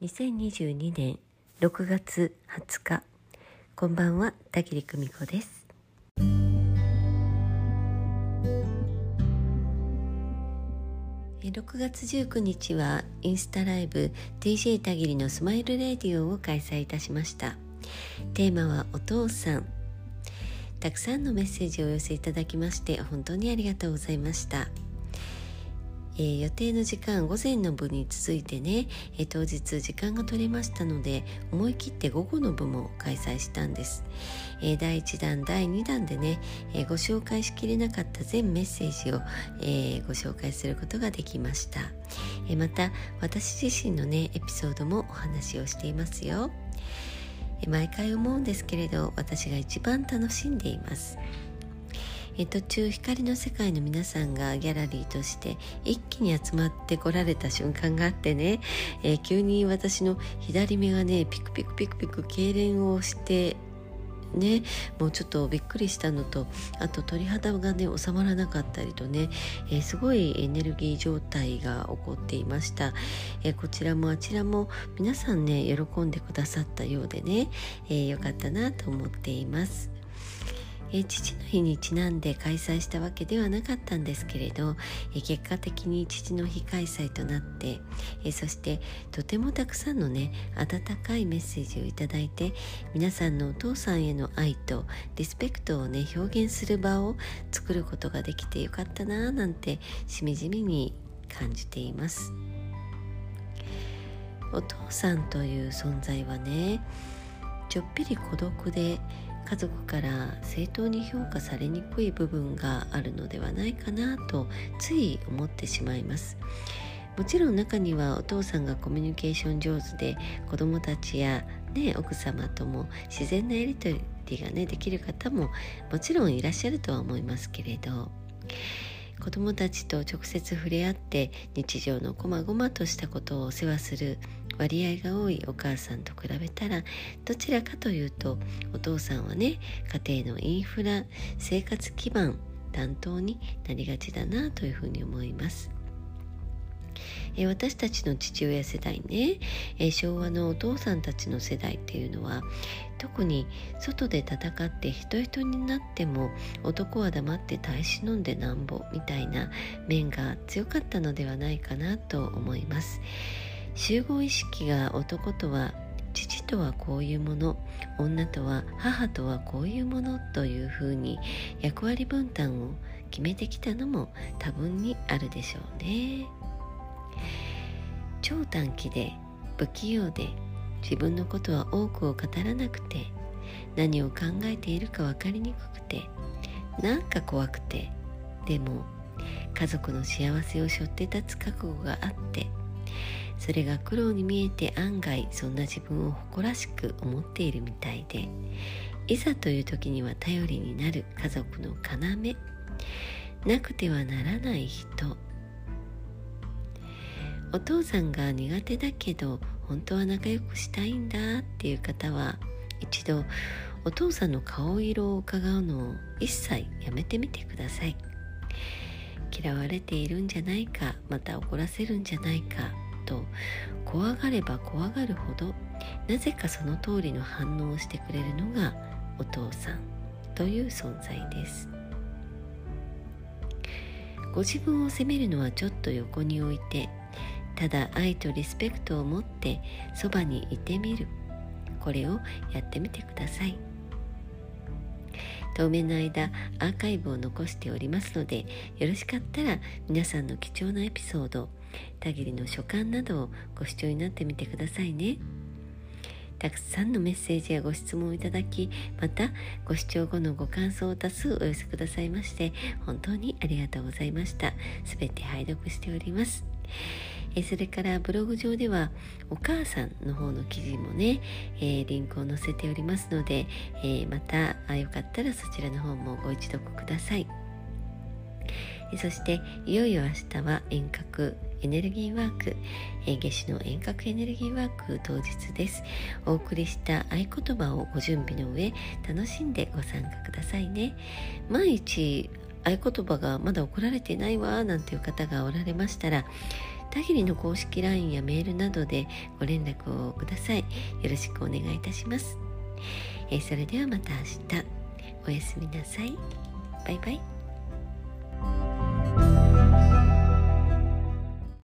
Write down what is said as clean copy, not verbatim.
2022年6月20日、こんばんは、田切久美子です。6月19日はインスタライブ DJ 田切のスマイルレディオを開催いたしました。テーマはお父さん。たくさんのメッセージをお寄せいただきまして本当にありがとうございました。予定の時間午前の部に続いてね、当日時間が取れましたので思い切って午後の部も開催したんです。第1弾第2弾でね、ご紹介しきれなかった全メッセージを、ご紹介することができました。また私自身のねエピソードもお話をしていますよ。毎回思うんですけれど、私が一番楽しんでいます。途中光の世界の皆さんがギャラリーとして一気に集まってこられた瞬間があってね、急に私の左目がねピクピクピクピク痙攣をしてね、もうちょっとびっくりしたのと、あと鳥肌がね収まらなかったりとね、すごいエネルギー状態が起こっていました。こちらもあちらも皆さんね喜んでくださったようでね、よかったなと思っています。父の日にちなんで開催したわけではなかったんですけれど、結果的に父の日開催となって、そしてとてもたくさんのね温かいメッセージをいただいて、皆さんのお父さんへの愛とリスペクトをね表現する場を作ることができてよかったななんてしみじみに感じています。お父さんという存在はね、ちょっぴり孤独で家族から正当に評価されにくい部分があるのではないかなとつい思ってしまいます。もちろん中にはお父さんがコミュニケーション上手で子供たちや、奥様とも自然なやり取りができる方ももちろんいらっしゃるとは思いますけれど、子供たちと直接触れ合って日常のこまごまとしたことをお世話する割合が多いお母さんと比べたら、どちらかというとお父さんはね家庭のインフラ生活基盤担当になりがちだなというふうに思います。私たちの父親世代ね、昭和のお父さんたちの世代っていうのは特に外で戦って人になっても男は黙って耐え忍んでなんぼみたいな面が強かったのではないかなと思います。集合意識が男とは父とはこういうもの、女とは母とはこういうものというふうに役割分担を決めてきたのも多分にあるでしょうね。超短気で不器用で自分のことは多くを語らなくて、何を考えているか分かりにくくて、なんか怖くて、でも家族の幸せを背負って立つ覚悟があって、それが苦労に見えて案外そんな自分を誇らしく思っているみたいで、いざという時には頼りになる家族の要、なくてはならない人。お父さんが苦手だけど本当は仲良くしたいんだっていう方は、一度お父さんの顔色を伺うのを一切やめてみてください。嫌われているんじゃないか、また怒らせるんじゃないかと怖がれば怖がるほど、なぜかその通りの反応をしてくれるのがお父さんという存在です。ご自分を責めるのはちょっと横に置いて、ただ愛とリスペクトを持ってそばにいてみる、これをやってみてください。当面の間アーカイブを残しておりますので、よろしかったら皆さんの貴重なエピソード、田切の書簡などをご視聴になってみてくださいね。たくさんのメッセージやご質問をいただき、またご視聴後のご感想を多数お寄せくださいまして本当にありがとうございました。すべて拝読しております。それからブログ上ではお母さんの方の記事もね、リンクを載せておりますので、またよかったらそちらの方もご一読ください。そしていよいよ明日は遠隔エネルギーワーク、夏至の遠隔エネルギーワーク当日です。お送りした合言葉をご準備の上楽しんでご参加くださいね。万一合言葉がまだ送られていないわなんていう方がおられましたら、 たぎりの公式 LINE やメールなどでご連絡をください。よろしくお願いいたします。それではまた明日。おやすみなさい。バイバイ。